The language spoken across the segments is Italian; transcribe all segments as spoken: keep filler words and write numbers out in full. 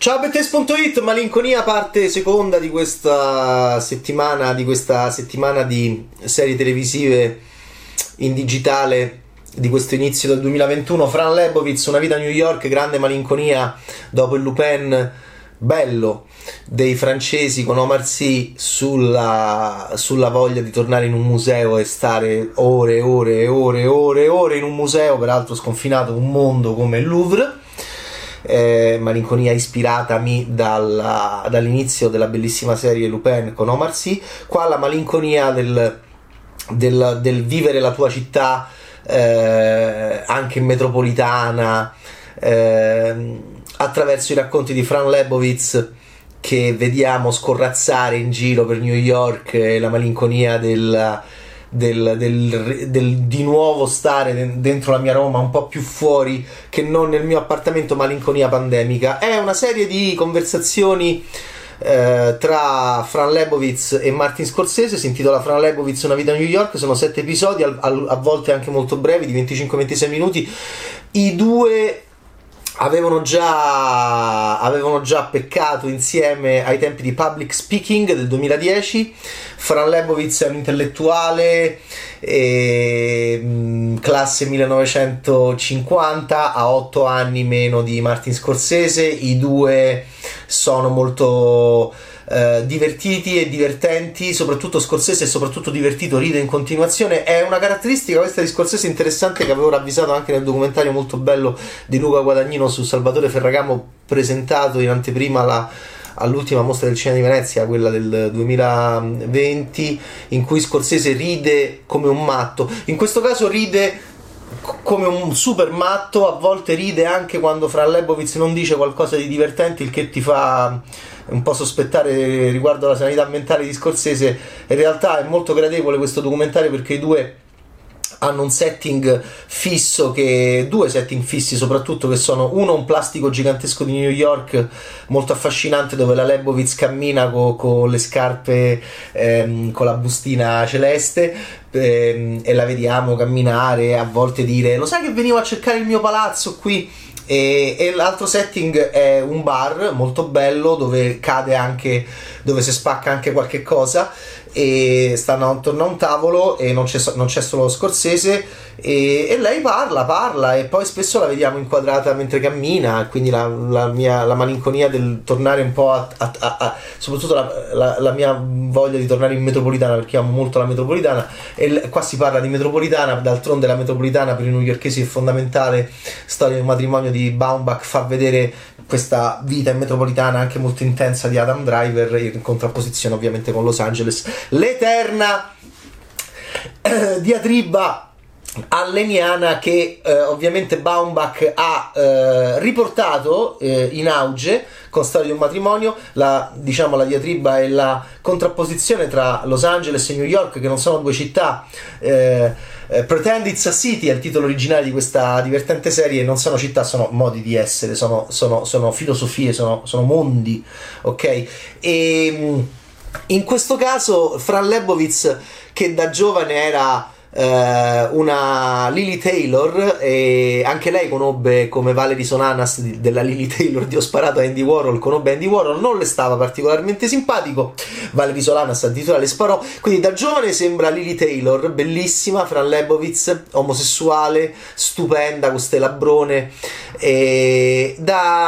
Ciao Bettes punto it, Malinconia, parte seconda di questa settimana, di questa settimana di serie televisive in digitale di questo inizio del duemilaventuno. Fran Lebowitz, Una vita a New York, grande malinconia dopo il Lupin bello dei francesi con Omar Sy sulla, sulla voglia di tornare in un museo e stare ore e ore e ore e ore e ore in un museo, peraltro sconfinato, un mondo come il Louvre. Eh, malinconia ispiratami dalla, dall'inizio della bellissima serie Lupin con Omar Sy. Qua la malinconia del, del, del vivere la tua città eh, anche in metropolitana, eh, attraverso i racconti di Fran Lebowitz che vediamo scorrazzare in giro per New York, e la malinconia del Del, del, del di nuovo stare dentro la mia Roma, un po' più fuori che non nel mio appartamento. Malinconia pandemica. È una serie di conversazioni eh, tra Fran Lebowitz e Martin Scorsese. Si intitola Fran Lebowitz, Una vita a New York. Sono sette episodi, a, a volte anche molto brevi, di venticinque ventisei minuti. I due avevano già avevano già peccato insieme ai tempi di Public Speaking del duemiladieci. Fran Lebowitz è un intellettuale, e, mh, classe millenovecentocinquanta, ha otto anni meno di Martin Scorsese. I due sono molto eh, divertiti e divertenti, soprattutto Scorsese è soprattutto divertito, ride in continuazione. È una caratteristica questa di Scorsese interessante, che avevo ravvisato anche nel documentario molto bello di Luca Guadagnino su Salvatore Ferragamo, presentato in anteprima alla all'ultima mostra del cinema di Venezia, quella del duemilaventi, in cui Scorsese ride come un matto. In questo caso ride come un super matto, a volte ride anche quando Fran Lebowitz non dice qualcosa di divertente, il che ti fa un po' sospettare riguardo alla sanità mentale di Scorsese. In realtà è molto gradevole questo documentario perché i due hanno un setting fisso, che due setting fissi soprattutto, che sono uno un plastico gigantesco di New York molto affascinante, dove la Lebowitz cammina con co le scarpe ehm, con la bustina celeste, ehm, e la vediamo camminare, a volte dire lo sai che venivo a cercare il mio palazzo qui. E, e l'altro setting è un bar molto bello dove cade anche, dove si spacca anche qualche cosa, e stanno attorno a un tavolo e non c'è, non c'è solo Scorsese, e, e lei parla, parla e poi spesso la vediamo inquadrata mentre cammina, quindi la, la mia la malinconia del tornare un po' a, a, a, a soprattutto la, la, la mia voglia di tornare in metropolitana, perché amo molto la metropolitana, e l- qua si parla di metropolitana. D'altronde la metropolitana per i newyorkesi è fondamentale. Storia di un matrimonio di Baumbach fa vedere questa vita in metropolitana anche molto intensa di Adam Driver, in contrapposizione ovviamente con Los Angeles. L'eterna eh, diatriba alleniana che eh, ovviamente Baumbach ha eh, riportato eh, in auge con Storia di un matrimonio. La, diciamo, la diatriba e la contrapposizione tra Los Angeles e New York, che non sono due città. eh, eh, Pretend It's a City è il titolo originale di questa divertente serie. Non sono città, sono modi di essere, sono, sono, sono filosofie, sono, sono mondi, ok? E in questo caso Fran Lebowitz, che da giovane era Uh, una Lily Taylor, e anche lei conobbe, come Valerie Solanas di, della Lily Taylor di Ho sparato a Andy Warhol, conobbe Andy Warhol, non le stava particolarmente simpatico, Valerie Solanas addirittura le sparò, quindi da giovane sembra Lily Taylor, bellissima. Fran Lebowitz, omosessuale, stupenda, con ste labbrone, e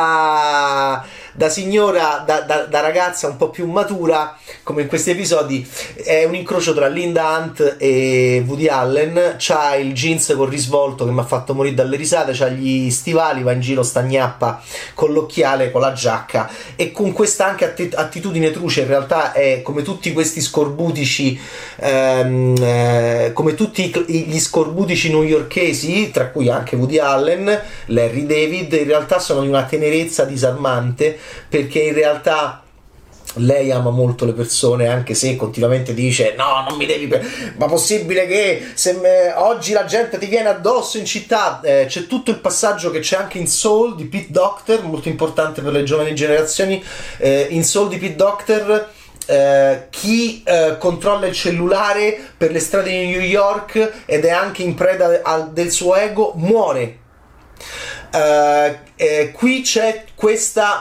da da signora, da, da, da ragazza un po' più matura, come in questi episodi, è un incrocio tra Linda Hunt e Woody Allen. C'ha il jeans col risvolto che mi ha fatto morire dalle risate, c'ha gli stivali, va in giro stagnappa con l'occhiale, con la giacca, e con questa anche att- attitudine truce. In realtà è come tutti questi scorbutici, ehm, eh, come tutti gli scorbutici newyorkesi, tra cui anche Woody Allen, Larry David, in realtà sono di una tenerezza disarmante, perché in realtà lei ama molto le persone, anche se continuamente dice no, non mi devi pe- ma possibile che se me- oggi la gente ti viene addosso in città. Eh, c'è tutto il passaggio che c'è anche in Soul di Pete Docter, molto importante per le giovani generazioni. Eh, in Soul di Pete Docter Uh, chi uh, controlla il cellulare per le strade di New York ed è anche in preda al, del suo ego muore. Uh, eh, qui c'è questa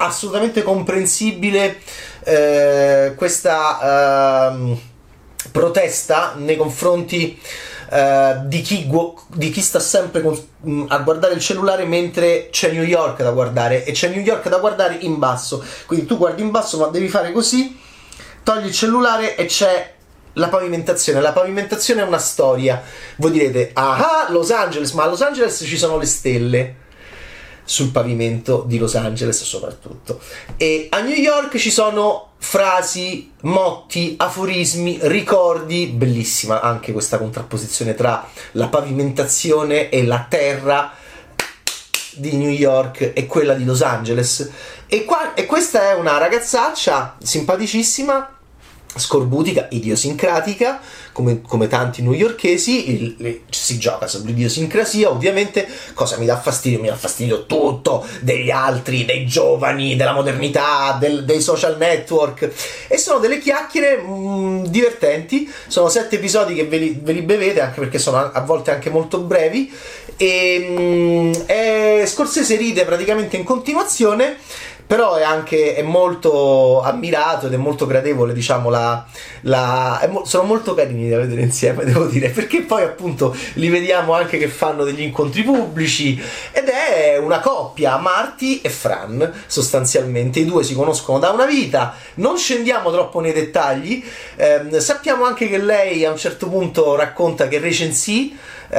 assolutamente comprensibile eh, questa eh, protesta nei confronti eh, di, chi gu- di chi sta sempre con, a guardare il cellulare mentre c'è New York da guardare, e c'è New York da guardare in basso, quindi tu guardi in basso ma devi fare così, togli il cellulare e c'è la pavimentazione. La pavimentazione è una storia. Voi direte, ah, Los Angeles, ma a Los Angeles ci sono le stelle sul pavimento di Los Angeles soprattutto, e a New York ci sono frasi, motti, aforismi, ricordi. Bellissima anche questa contrapposizione tra la pavimentazione e la terra di New York e quella di Los Angeles. E, qua, e questa è una ragazzaccia simpaticissima, scorbutica, idiosincratica, come, come tanti newyorkesi. Il, il, si gioca sull'idiosincrasia, ovviamente. Cosa mi dà fastidio? Mi dà fastidio tutto degli altri, dei giovani, della modernità, del, dei social network, e sono delle chiacchiere mh, divertenti. Sono sette episodi che ve li, ve li bevete, anche perché sono a, a volte anche molto brevi, e mh, è, Scorsese ride praticamente in continuazione, però è anche è molto ammirato ed è molto gradevole, diciamo, la, la è mo- sono molto carini da vedere insieme, devo dire, perché poi appunto li vediamo anche che fanno degli incontri pubblici, ed è una coppia, Marty e Fran, sostanzialmente. I due si conoscono da una vita, non scendiamo troppo nei dettagli, eh, sappiamo anche che lei a un certo punto racconta che recensì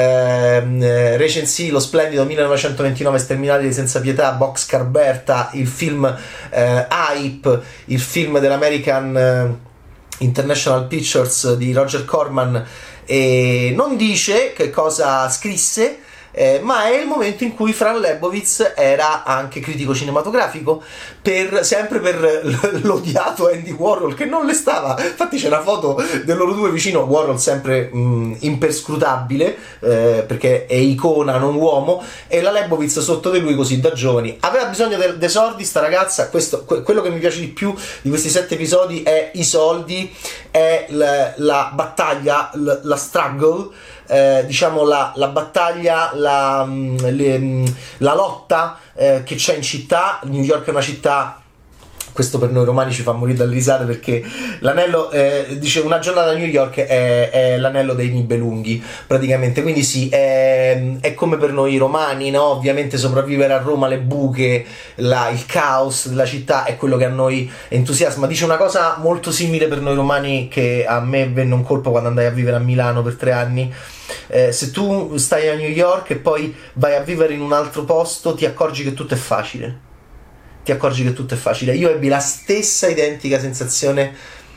Eh, recensì lo splendido millenovecentoventinove Sterminati senza pietà, Boxcar Bertha, il film eh, Hype, il film dell'American eh, International Pictures di Roger Corman, e non dice che cosa scrisse. Eh, ma è il momento in cui Fran Lebowitz era anche critico cinematografico, per, sempre per l'odiato Andy Warhol, che non le stava. Infatti c'è una foto di loro due vicino, Warhol sempre mh, imperscrutabile, eh, perché è icona non uomo, e la Lebowitz sotto di lui così da giovani. Aveva bisogno dei soldi sta ragazza. Questo, que- quello che mi piace di più di questi sette episodi è i soldi, è la, la battaglia, la, la struggle, Eh, diciamo la, la battaglia, la, le, la lotta eh, che c'è in città. New York è una città, questo per noi romani ci fa morire dalle risate, perché l'anello, eh, dice, una giornata a New York è, è l'anello dei Nibelunghi praticamente, quindi sì, è, è come per noi romani, no? Ovviamente sopravvivere a Roma, le buche, la, il caos della città è quello che a noi entusiasma. Dice una cosa molto simile per noi romani che a me venne un colpo quando andai a vivere a Milano per tre anni. Eh, se tu stai a New York e poi vai a vivere in un altro posto, ti accorgi che tutto è facile. Ti accorgi che tutto è facile. Io ebbi la stessa identica sensazione,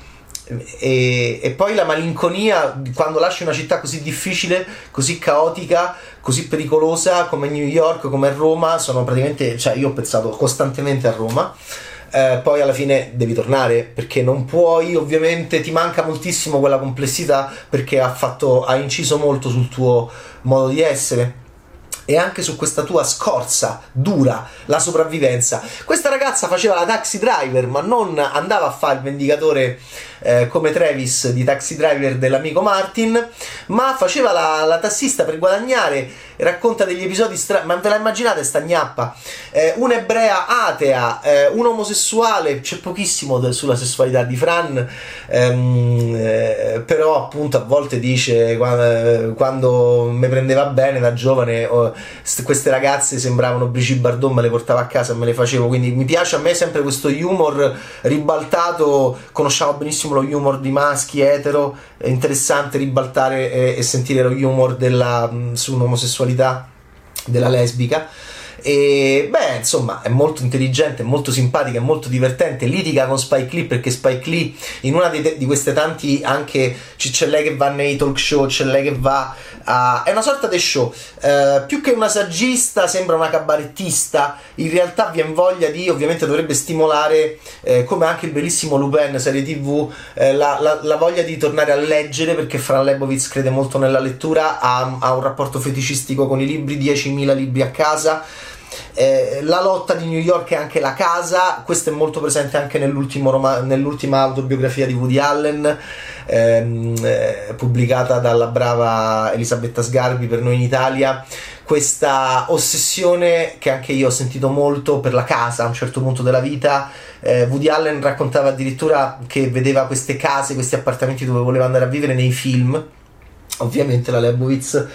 e, e poi la malinconia quando lasci una città così difficile, così caotica, così pericolosa come New York, come Roma. Sono praticamente, cioè io ho pensato costantemente a Roma. Eh, poi alla fine devi tornare, perché non puoi, ovviamente ti manca moltissimo quella complessità, perché ha fatto, ha inciso molto sul tuo modo di essere e anche su questa tua scorza dura, la sopravvivenza. Questa ragazza faceva la taxi driver, ma non andava a fare il vendicatore eh, come Travis di Taxi Driver dell'amico Martin, ma faceva la, la tassista per guadagnare. Racconta degli episodi strani, ma ve la immaginate sta gnappa? Eh, un'ebrea atea, eh, un omosessuale, c'è pochissimo de- sulla sessualità di Fran, ehm, eh, però appunto a volte dice quando, quando mi prendeva bene da giovane, oh, st- queste ragazze sembravano Brigitte Bardot, me le portavo a casa e me le facevo, quindi mi piace a me sempre questo humor ribaltato. Conosciamo benissimo lo humor di maschi etero, è interessante ribaltare e, e sentire lo humor della, mh, su un'omosessualità della lesbica. E beh, insomma, è molto intelligente, è molto simpatica, è molto divertente. Litiga con Spike Lee, perché Spike Lee in una di, di queste tanti, anche c'è lei che va nei talk show, c'è lei che va a, è una sorta di show, eh, più che una saggista sembra una cabarettista. In realtà vi è voglia di, ovviamente dovrebbe stimolare, eh, come anche il bellissimo Lupin serie tv, eh, la, la, la voglia di tornare a leggere, perché Fran Lebowitz crede molto nella lettura, ha, ha un rapporto feticistico con i libri, diecimila libri a casa. eh, la lotta di New York è anche la casa. Questo è molto presente anche nell'ultimo roma- nell'ultima autobiografia di Woody Allen, ehm, eh, pubblicata dalla brava Elisabetta Sgarbi per Noi in Italia. Questa ossessione che anche io ho sentito molto per la casa a un certo punto della vita. eh, Woody Allen raccontava addirittura che vedeva queste case, questi appartamenti dove voleva andare a vivere nei film. Ovviamente la Leibowitz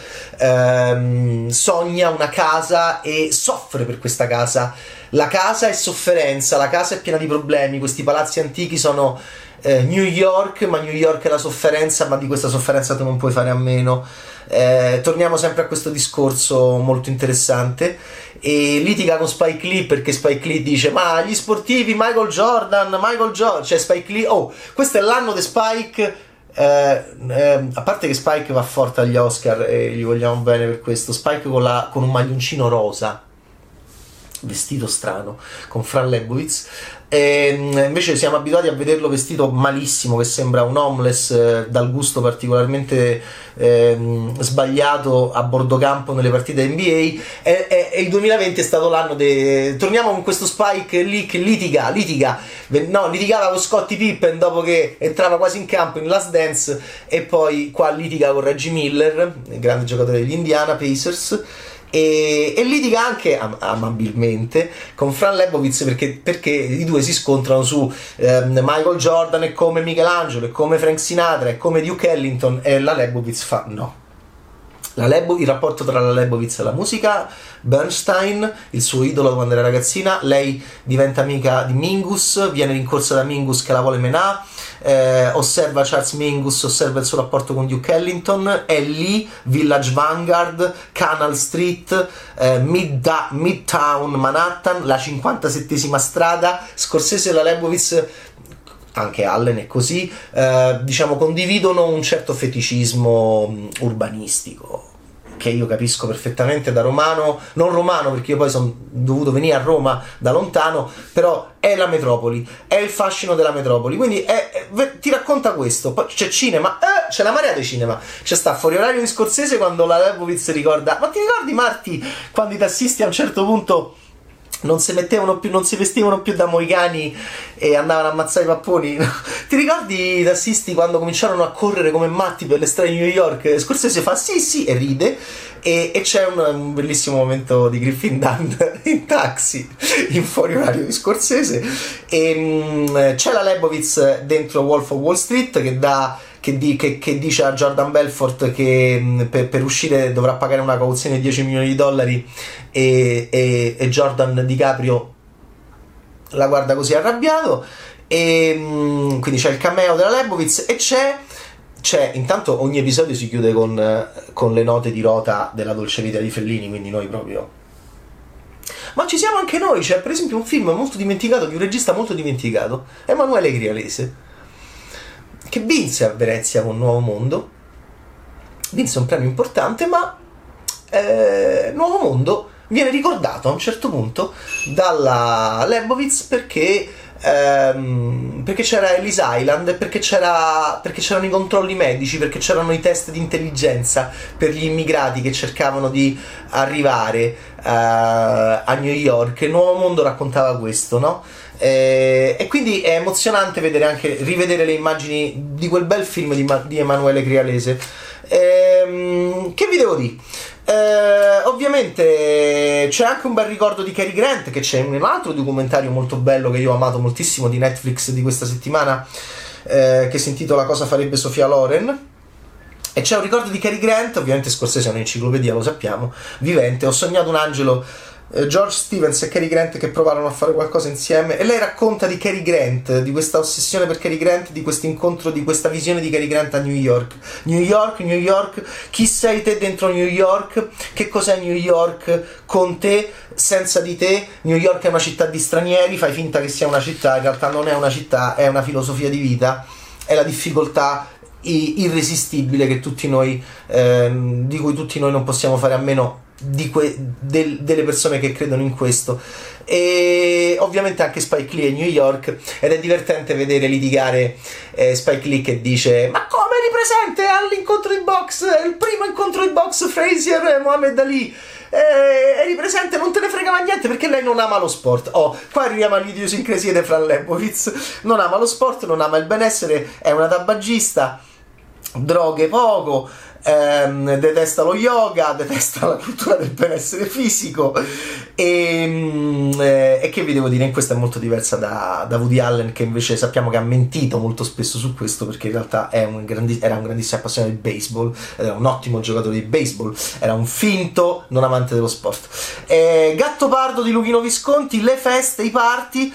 ehm, sogna una casa e soffre per questa casa. La casa è sofferenza, la casa è piena di problemi, questi palazzi antichi sono eh, New York, ma New York è la sofferenza, ma di questa sofferenza tu non puoi fare a meno. Eh, torniamo sempre a questo discorso molto interessante, e litiga con Spike Lee perché Spike Lee dice: ma gli sportivi, Michael Jordan, Michael Jordan, cioè Spike Lee, oh, questo è l'anno di Spike. Eh, eh, a parte che Spike va forte agli Oscar e gli vogliamo bene per questo. Spike con, la, con un maglioncino rosa, vestito strano, con Fran Lebowitz. E invece siamo abituati a vederlo vestito malissimo, che sembra un homeless eh, dal gusto particolarmente eh, sbagliato a bordo campo nelle partite N B A. E, e, e il duemilaventi è stato l'anno de... torniamo con questo Spike lì che litiga litiga no, litigava con Scottie Pippen dopo che entrava quasi in campo in Last Dance, e poi qua litiga con Reggie Miller, il grande giocatore degli Indiana Pacers. E, e litiga anche am- amabilmente con Fran Lebowitz perché, perché i due si scontrano su eh, Michael Jordan è come Michelangelo, è come Frank Sinatra, è come Duke Ellington, e la Lebowitz fa no. La Lebo- il rapporto tra la Lebowitz e la musica, Bernstein, il suo idolo quando era ragazzina, lei diventa amica di Mingus, viene rincorsa da Mingus che la vuole menà, eh, osserva Charles Mingus, osserva il suo rapporto con Duke Ellington, è lì Village Vanguard, Canal Street, eh, Mid- Midtown Manhattan, la cinquantasettesima strada. Scorsese e la Lebowitz, anche Allen è così, eh, diciamo condividono un certo feticismo urbanistico che io capisco perfettamente da romano, non romano perché io poi sono dovuto venire a Roma da lontano, però è la metropoli, è il fascino della metropoli, quindi è, è, ti racconta questo. Poi c'è cinema, eh, c'è la marea di cinema, c'è sta Fuori orario di Scorsese quando la Lebowitz ricorda, ma ti ricordi Marti quando i tassisti a un certo punto non si mettevano più, non si vestivano più da moicani e andavano a ammazzare i papponi? Ti ricordi i tassisti quando cominciarono a correre come matti per le strade di New York? Scorsese fa sì sì e ride, e, e c'è un, un bellissimo momento di Griffin Dunn in taxi in Fuori orario di Scorsese, e mh, c'è la Lebowitz dentro Wolf of Wall Street che dà Che, di, che, che dice a Jordan Belfort che mh, per, per uscire dovrà pagare una cauzione di dieci milioni di dollari, e, e, e Jordan DiCaprio la guarda così arrabbiato, e mh, quindi c'è il cameo della Lebowitz, e c'è c'è intanto ogni episodio si chiude con, con le note di Rota della Dolce Vita di Fellini, quindi noi proprio, ma ci siamo anche noi. C'è per esempio un film molto dimenticato di un regista molto dimenticato, Emanuele Crialese, che vinse a Venezia con Nuovo Mondo, vinse un premio importante, ma eh, Nuovo Mondo viene ricordato a un certo punto dalla Lebowitz perché, ehm, perché c'era Ellis Island, perché, c'era, perché c'erano i controlli medici, perché c'erano i test di intelligenza per gli immigrati che cercavano di arrivare eh, a New York. Il Nuovo Mondo raccontava questo, no? Eh, e quindi è emozionante vedere anche rivedere le immagini di quel bel film di, Ma- di Emanuele Crialese. Eh, che vi devo dire? Eh, ovviamente c'è anche un bel ricordo di Cary Grant, che c'è un altro documentario molto bello che io ho amato moltissimo di Netflix di questa settimana, eh, che si intitola Cosa farebbe Sofia Loren. E c'è un ricordo di Cary Grant, ovviamente Scorsese è un'enciclopedia, lo sappiamo, vivente. Ho sognato un angelo, eh, George Stevens e Cary Grant che provarono a fare qualcosa insieme, e lei racconta di Cary Grant, di questa ossessione per Cary Grant, di questo incontro, di questa visione di Cary Grant a New York. New York, New York, chi sei te dentro New York? Che cos'è New York con te, senza di te? New York è una città di stranieri, fai finta che sia una città, in realtà non è una città, è una filosofia di vita, è la difficoltà irresistibile che tutti noi ehm, di cui tutti noi non possiamo fare a meno, di que- del, delle persone che credono in questo. E ovviamente anche Spike Lee e New York, ed è divertente vedere litigare eh, Spike Lee che dice: ma come eri presente all'incontro di box, il primo incontro di box Fox, Frazier e Muhammad Ali. Eh, eri presente, non te ne fregava niente perché lei non ama lo sport. Oh, qua arriviamo all'idiosincrasia di Fran Lebowitz. Non ama lo sport, non ama il benessere, è una tabagista, droghe poco, ehm, detesta lo yoga, detesta la cultura del benessere fisico e, eh, e che vi devo dire, in questo è molto diversa da, da Woody Allen, che invece sappiamo che ha mentito molto spesso su questo, perché in realtà è un grandi, era un grandissimo appassionato di baseball, era un ottimo giocatore di baseball, era un finto non amante dello sport. eh, Gattopardo di Luchino Visconti, le feste, i party.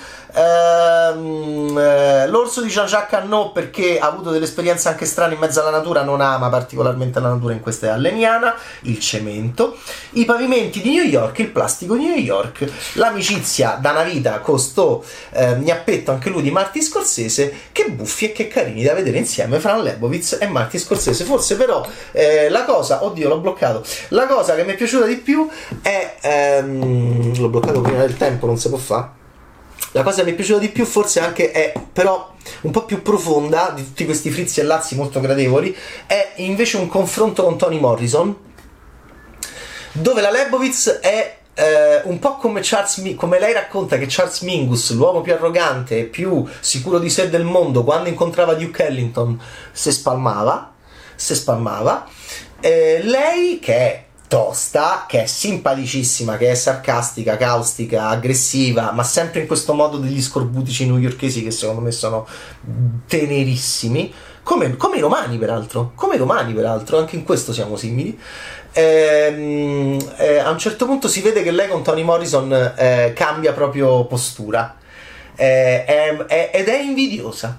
Ehm, eh, l'orso di Jean-Jacques Annaud, perché ha avuto delle esperienze anche strane in mezzo alla natura, non ama particolarmente la natura, in questa è alleniana. Il cemento, i pavimenti di New York, il plastico di New York, l'amicizia da una vita con sto eh, gnappetto anche lui di Martin Scorsese. Che buffi e che carini da vedere insieme Fran Lebowitz e Martin Scorsese. Forse però eh, la cosa, oddio l'ho bloccato, la cosa che mi è piaciuta di più è ehm, l'ho bloccato prima del tempo, non si può fare. La cosa che mi è piaciuta di più forse anche è però un po' più profonda di tutti questi frizzi e lazzi molto gradevoli, è invece un confronto con Toni Morrison, dove la Lebowitz è eh, un po' come Charles, come lei racconta che Charles Mingus, l'uomo più arrogante e più sicuro di sé del mondo, quando incontrava Duke Ellington se spalmava, se spalmava. Eh, lei che è tosta, che è simpaticissima, che è sarcastica, caustica, aggressiva, ma sempre in questo modo degli scorbutici newyorkesi che secondo me sono tenerissimi, come, come i romani peraltro, come i romani peraltro, anche in questo siamo simili. Ehm, eh, a un certo punto si vede che lei con Toni Morrison eh, cambia proprio postura, eh, è, è, ed è invidiosa.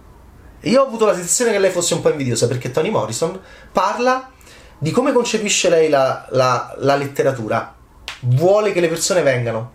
Io ho avuto la sensazione che lei fosse un po' invidiosa, perché Toni Morrison parla di come concepisce lei la, la, la letteratura, vuole che le persone vengano,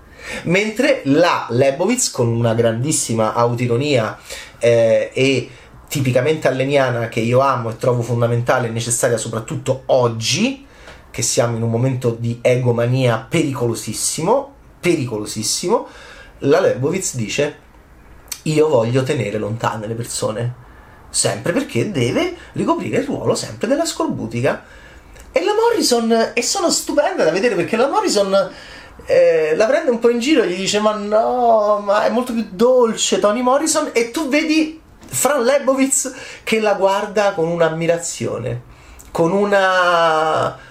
mentre la Lebowitz, con una grandissima autoironia eh, e tipicamente alleniana, che io amo e trovo fondamentale e necessaria soprattutto oggi, che siamo in un momento di egomania pericolosissimo, pericolosissimo, la Lebowitz dice: io voglio tenere lontane le persone, sempre, perché deve ricoprire il ruolo sempre della scorbutica. E la Morrison, e sono stupenda da vedere, perché la Morrison eh, la prende un po' in giro e gli dice: ma no, ma è molto più dolce Toni Morrison, e tu vedi Fran Lebowitz che la guarda con un'ammirazione, con una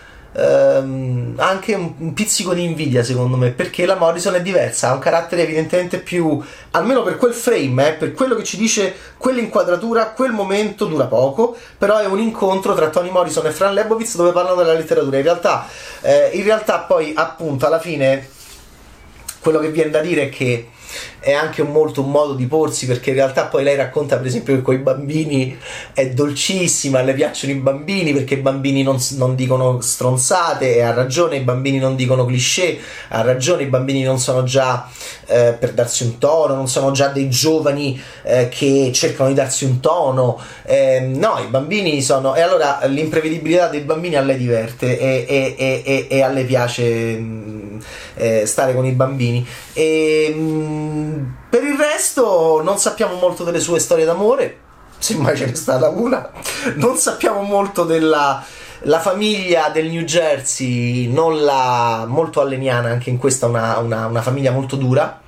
ehm, anche un, un pizzico di invidia, secondo me, perché la Morrison è diversa, ha un carattere evidentemente più, almeno per quel frame, eh, per quello che ci dice quell'inquadratura, quel momento dura poco, però è un incontro tra Toni Morrison e Fran Lebowitz dove parlano della letteratura. In realtà, eh, in realtà poi appunto alla fine quello che viene da dire è che è anche un molto un modo di porsi, perché in realtà poi lei racconta per esempio che con i bambini è dolcissima, le piacciono i bambini perché i bambini non, non dicono stronzate, e ha ragione, i bambini non dicono cliché, ha ragione, i bambini non sono già eh, per darsi un tono, non sono già dei giovani eh, che cercano di darsi un tono, eh, no, i bambini sono, e allora l'imprevedibilità dei bambini a lei diverte e, e, e, e, e a lei piace mh, eh, stare con i bambini. E mh, per il resto non sappiamo molto delle sue storie d'amore, se mai ce n'è stata una. Non sappiamo molto della la famiglia del New Jersey, non la molto alleniana, anche in questa una, una, una famiglia molto dura,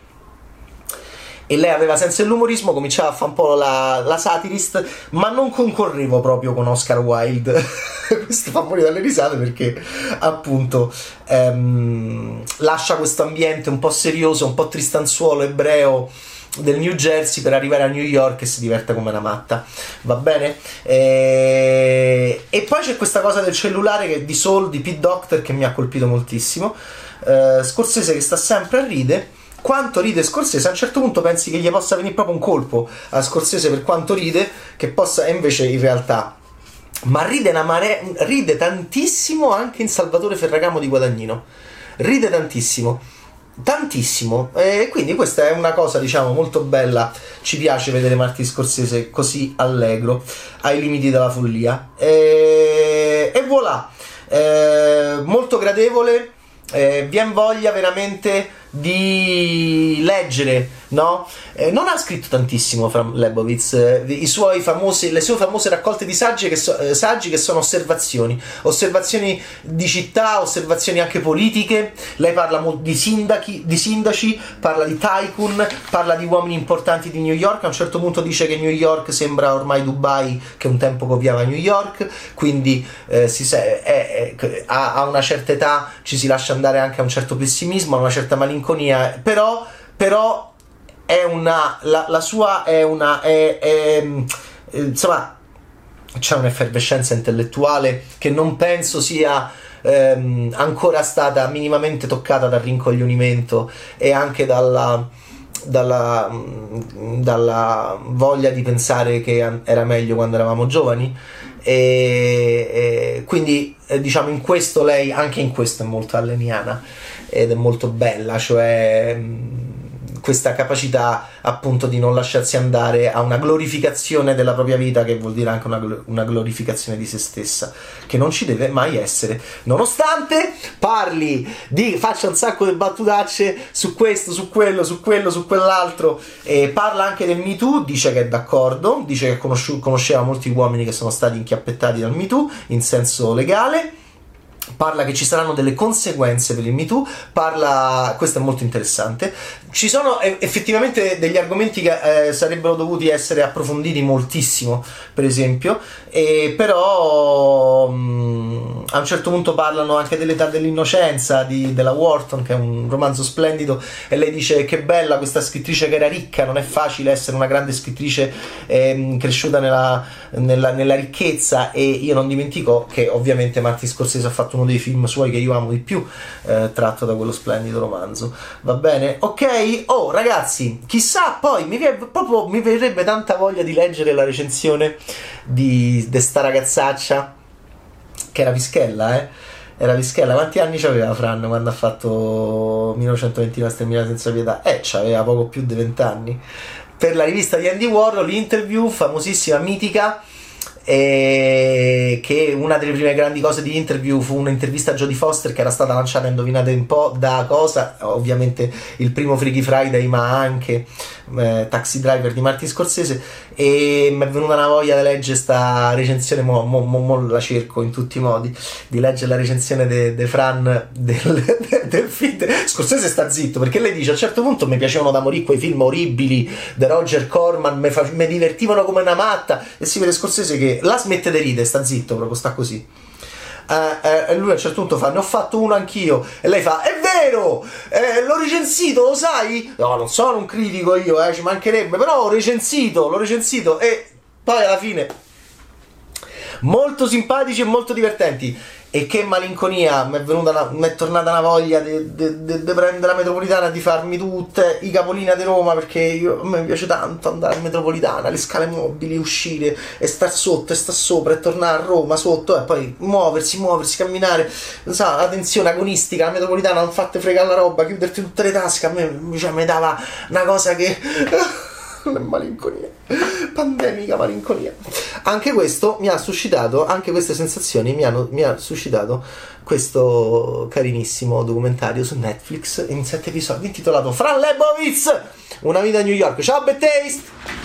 e lei aveva senso dell'umorismo, cominciava a fare un po' la, la satirist, ma non concorrevo proprio con Oscar Wilde. Questo fa morire dalle risate, perché appunto ehm, lascia questo ambiente un po' serioso, un po' tristanzuolo ebreo del New Jersey per arrivare a New York e si diverte come una matta, va bene? E, e poi c'è questa cosa del cellulare che, di Soul di Pete Docter, che mi ha colpito moltissimo. eh, Scorsese che sta sempre a ride. Quanto ride Scorsese, a un certo punto pensi che gli possa venire proprio un colpo a Scorsese per quanto ride, che possa, e invece in realtà, ma ride, una mare... ride tantissimo anche in Salvatore Ferragamo di Guadagnino, ride tantissimo, tantissimo, e quindi questa è una cosa, diciamo, molto bella. Ci piace vedere Martin Scorsese così allegro, ai limiti della follia, e, e voilà, e... molto gradevole. Eh, vien voglia veramente di leggere no? Eh, non ha scritto tantissimo Fran Lebowitz, eh, i suoi famosi, le sue famose raccolte di saggi che, so, eh, saggi che sono osservazioni, osservazioni di città, osservazioni anche politiche. Lei parla molto di sindaci, di sindaci, parla di tycoon, parla di uomini importanti di New York. A un certo punto dice che New York sembra ormai Dubai, che un tempo copiava New York, quindi eh, si, è, è, è, a, a una certa età ci si lascia andare anche a un certo pessimismo, a una certa malinconia, però, però è una, la, la sua è una, è, è, insomma, c'è un'effervescenza intellettuale che non penso sia ehm, ancora stata minimamente toccata dal rincoglionimento e anche dalla, dalla, dalla voglia di pensare che era meglio quando eravamo giovani. E, e quindi eh, diciamo in questo lei, anche in questo è molto alleniana ed è molto bella, cioè mh, questa capacità appunto di non lasciarsi andare a una glorificazione della propria vita, che vuol dire anche una, una glorificazione di se stessa, che non ci deve mai essere, nonostante parli di, faccia un sacco di battutacce su questo, su quello, su quello, su quell'altro, e parla anche del Me Too, dice che è d'accordo, dice che conosci- conosceva molti uomini che sono stati inchiappettati dal Me Too in senso legale. Parla che ci saranno delle conseguenze per il Me Too, parla, questo è molto interessante, ci sono effettivamente degli argomenti che eh, sarebbero dovuti essere approfonditi moltissimo, per esempio, e però mh, a un certo punto parlano anche dell'età dell'innocenza di, della Wharton, che è un romanzo splendido, e lei dice che bella questa scrittrice che era ricca, non è facile essere una grande scrittrice eh, cresciuta nella, nella, nella ricchezza. E io non dimentico che ovviamente Martin Scorsese ha fatto uno dei film suoi che io amo di più, eh, tratto da quello splendido romanzo. Va bene? Ok? Oh ragazzi, chissà, poi mi, proprio, mi verrebbe tanta voglia di leggere la recensione di, di sta ragazzaccia che era Pischella, eh? Era Pischella. Quanti anni c'aveva Fran quando ha fatto millenovecentoventuno sterminata senza pietà? Eh, c'aveva poco più di vent'anni. Per la rivista di Andy Warhol, l'interview famosissima, mitica, e che una delle prime grandi cose di interview fu un'intervista a Jodie Foster che era stata lanciata, indovinate un po' da cosa? Ovviamente il primo Freaky Friday, ma anche eh, Taxi Driver di Martin Scorsese, e mi è venuta una voglia di leggere sta recensione, mo, mo, mo, mo la cerco in tutti i modi, di leggere la recensione di de Fran del, de, del film. Scorsese sta zitto perché lei dice: a un certo punto mi piacevano da morire quei film orribili di Roger Corman, mi divertivano come una matta, e si vede Scorsese che la smette di ridere, sta zitto, proprio sta così. Uh, uh, e lui a un certo punto fa: ne ho fatto uno anch'io. E lei fa: è vero, eh, l'ho recensito, lo sai? No, non sono un critico io, eh, ci mancherebbe, però ho recensito, l'ho recensito. E poi alla fine molto simpatici e molto divertenti. E che malinconia, mi è venuta una, mi è tornata una voglia di prendere la metropolitana e di farmi tutte i capolinea di Roma, perché io, a me piace tanto andare in metropolitana, le scale mobili, uscire e star sotto e star sopra e tornare a Roma sotto e poi muoversi, muoversi, camminare, non so, la tensione agonistica, la metropolitana, non fatte fregare la roba, chiuderti tutte le tasche, a me cioè, mi dava una cosa che... malinconia, pandemica malinconia. Anche questo mi ha suscitato, anche queste sensazioni mi hanno mi ha suscitato questo carinissimo documentario su Netflix in sette episodi intitolato Fran Lebowitz, una vita a New York. Ciao Bad Taste!